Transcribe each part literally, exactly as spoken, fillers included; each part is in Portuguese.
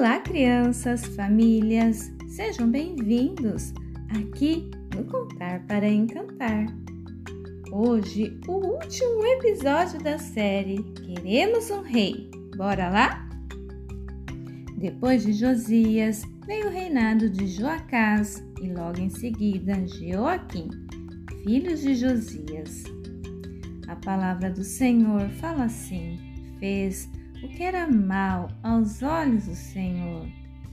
Olá, crianças, famílias, sejam bem-vindos aqui no Contar para Encantar. Hoje, o último episódio da série Queremos um Rei. Bora lá? Depois de Josias, veio o reinado de Joacás e logo em seguida Jeoaquim, filhos de Josias. A palavra do Senhor fala assim: fez o que era mal aos olhos do Senhor.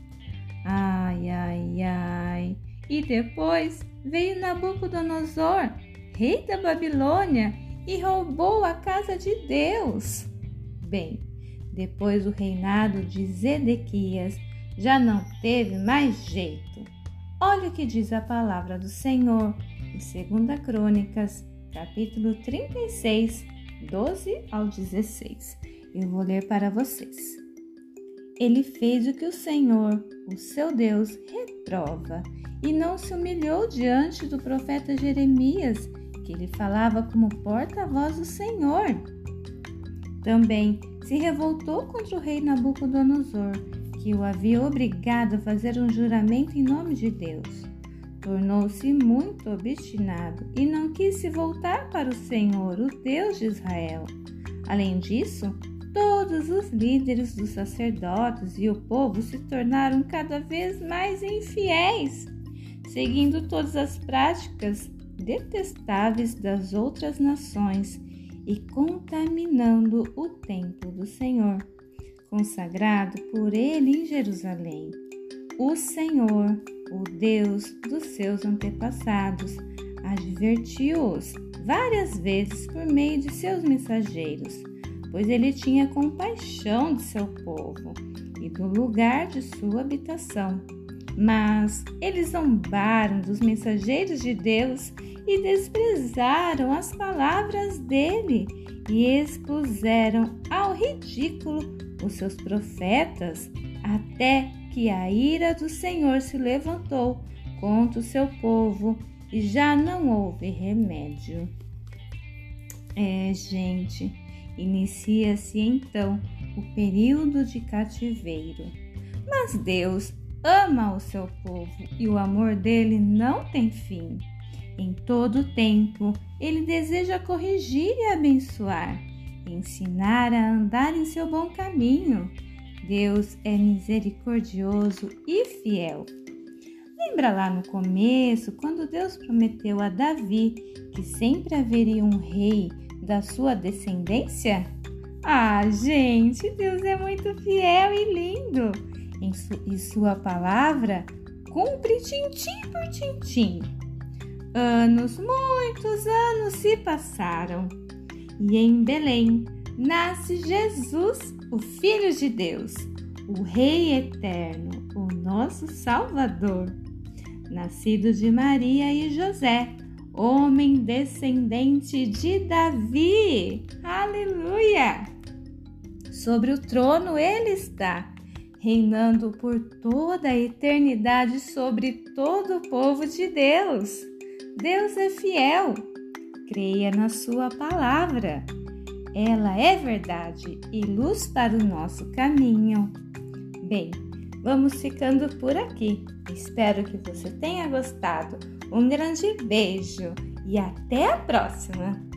Ai, ai, ai. E depois veio Nabucodonosor, rei da Babilônia, e roubou a casa de Deus. Bem, depois do reinado de Zedequias, já não teve mais jeito. Olha o que diz a palavra do Senhor em segunda Crônicas, capítulo trinta e seis, doze ao dezesseis. Eu vou ler para vocês. Ele fez o que o Senhor, o seu Deus, reprova, e não se humilhou diante do profeta Jeremias, que lhe falava como porta-voz do Senhor. Também se revoltou contra o rei Nabucodonosor, que o havia obrigado a fazer um juramento em nome de Deus. Tornou-se muito obstinado e não quis se voltar para o Senhor, o Deus de Israel. Além disso, todos os líderes dos sacerdotes e o povo se tornaram cada vez mais infiéis, seguindo todas as práticas detestáveis das outras nações e contaminando o templo do Senhor, consagrado por ele em Jerusalém. O Senhor, o Deus dos seus antepassados, advertiu-os várias vezes por meio de seus mensageiros, pois ele tinha compaixão de seu povo e do lugar de sua habitação. Mas eles zombaram dos mensageiros de Deus e desprezaram as palavras dele e expuseram ao ridículo os seus profetas, até que a ira do Senhor se levantou contra o seu povo e já não houve remédio. É, gente, inicia-se então o período de cativeiro. Mas Deus ama o seu povo e o amor dele não tem fim. Em todo tempo, ele deseja corrigir e abençoar, ensinar a andar em seu bom caminho. Deus é misericordioso e fiel. Lembra lá no começo, quando Deus prometeu a Davi que sempre haveria um rei da sua descendência? Ah, gente, Deus é muito fiel e lindo. Em su- e sua palavra cumpre tintim por tintim. Anos, muitos anos se passaram. E em Belém nasce Jesus, o Filho de Deus, o Rei eterno, o nosso Salvador, nascido de Maria e José, homem descendente de Davi. Aleluia! Sobre o trono ele está, reinando por toda a eternidade sobre todo o povo de Deus. Deus é fiel. Creia na sua palavra. Ela é verdade e luz para o nosso caminho. Bem, vamos ficando por aqui. Espero que você tenha gostado. Um grande beijo e até a próxima!